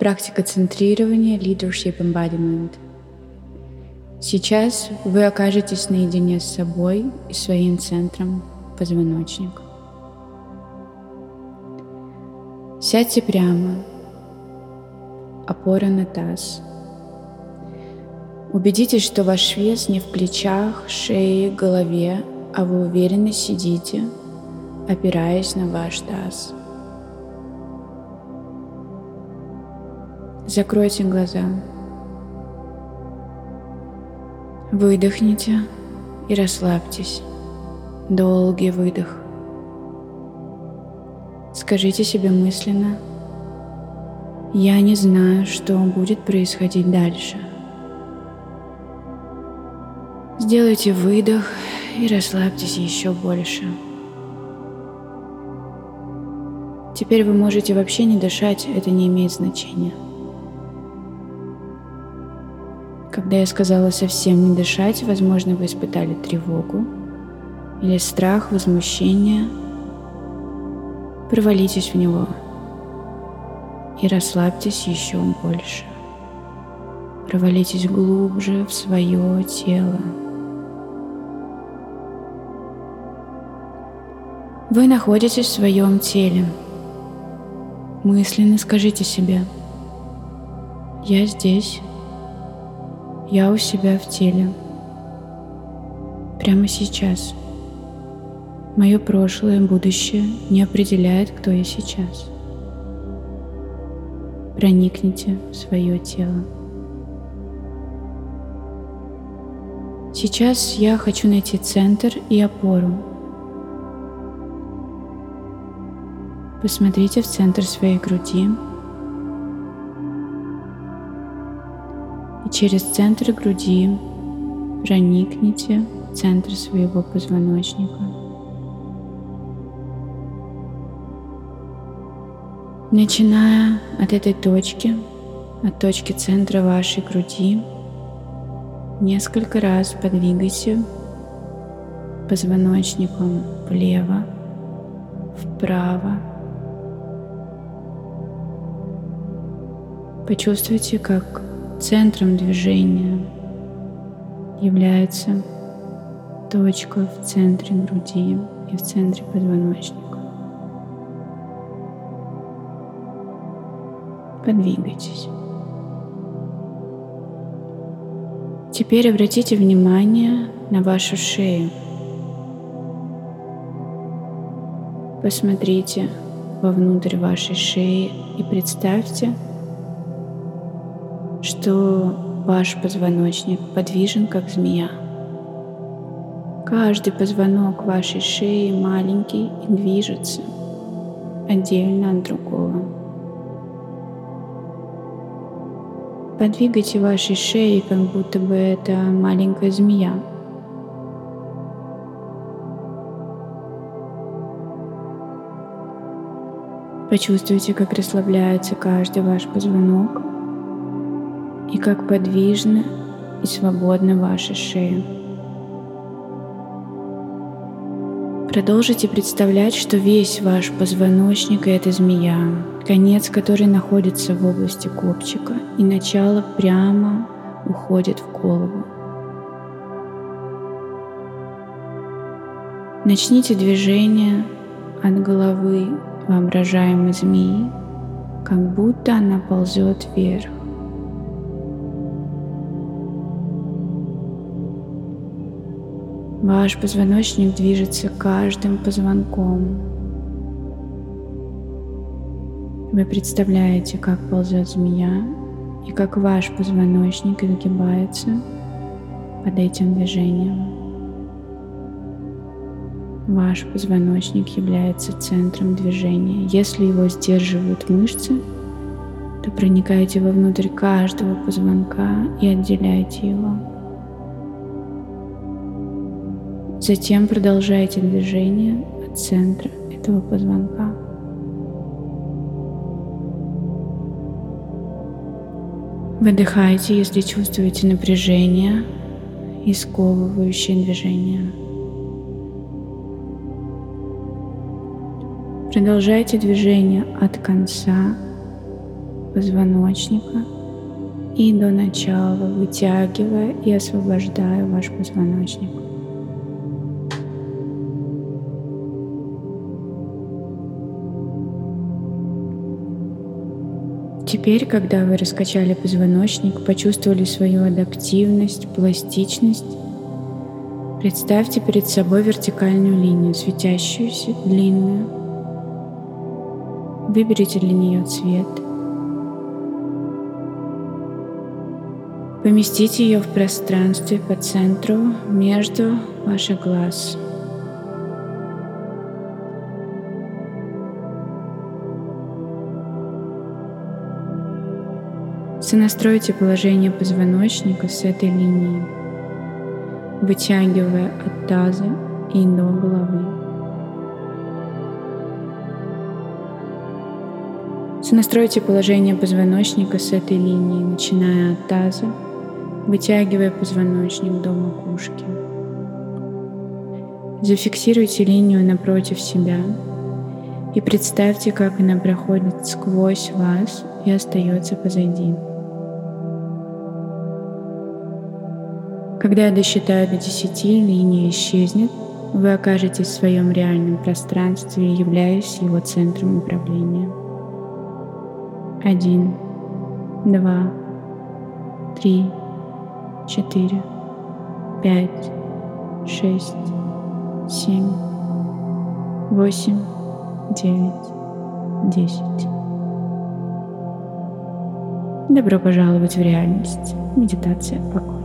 Практика центрирования Leadership Embodiment. Сейчас вы окажетесь наедине с собой и своим центром позвоночника. Сядьте прямо, опора на таз. Убедитесь, что ваш вес не в плечах, шее, голове, а вы уверенно сидите, опираясь на ваш таз. Закройте глаза. Выдохните и расслабьтесь. Долгий выдох. Скажите себе мысленно: «Я не знаю, что будет происходить дальше». Сделайте выдох и расслабьтесь еще больше. Теперь вы можете вообще не дышать, это не имеет значения. Когда я сказала совсем не дышать, возможно, вы испытали тревогу или страх, возмущение. Провалитесь в него и расслабьтесь еще больше. Провалитесь глубже в свое тело. Вы находитесь в своем теле. Мысленно скажите себе: «Я здесь. Я у себя в теле. Прямо сейчас. Мое прошлое и будущее не определяет, кто я сейчас». Проникните в свое тело. Сейчас я хочу найти центр и опору. Посмотрите в центр своей груди. И через центр груди проникните в центр своего позвоночника. Начиная от этой точки, от точки центра вашей груди, несколько раз подвигайте позвоночником влево, вправо. Почувствуйте, как центром движения является точка в центре груди и в центре позвоночника. Подвигайтесь. Теперь обратите внимание на вашу шею. Посмотрите вовнутрь вашей шеи и представьте, что ваш позвоночник подвижен, как змея. Каждый позвонок вашей шеи маленький и движется отдельно от другого. Подвигайте вашей шеей, как будто бы это маленькая змея. Почувствуйте, как расслабляется каждый ваш позвонок и как подвижна и свободна ваша шея. Продолжите представлять, что весь ваш позвоночник — это змея, конец которой находится в области копчика, и начало прямо уходит в голову. Начните движение от головы воображаемой змеи, как будто она ползет вверх. Ваш позвоночник движется каждым позвонком. Вы представляете, как ползет змея и как ваш позвоночник изгибается под этим движением. Ваш позвоночник является центром движения. Если его сдерживают мышцы, то проникайте вовнутрь каждого позвонка и отделяйте его. Затем продолжайте движение от центра этого позвонка. Выдыхайте, если чувствуете напряжение и сковывающее движение. Продолжайте движение от конца позвоночника и до начала, вытягивая и освобождая ваш позвоночник. Теперь, когда вы раскачали позвоночник, почувствовали свою адаптивность, пластичность, представьте перед собой вертикальную линию, светящуюся, длинную. Выберите для нее цвет. Поместите ее в пространстве по центру между ваших глаз. Сонастройте положение позвоночника с этой линией, вытягивая от таза и до головы. Сонастройте положение позвоночника с этой линией, начиная от таза, вытягивая позвоночник до макушки. Зафиксируйте линию напротив себя и представьте, как она проходит сквозь вас и остается позади. Когда я досчитаю до 10, линия исчезнет, вы окажетесь в своем реальном пространстве, являясь его центром управления. 1, 2, 3, 4, 5, 6, 7, 8, 9, 10. Добро пожаловать в реальность. Медитация покоя.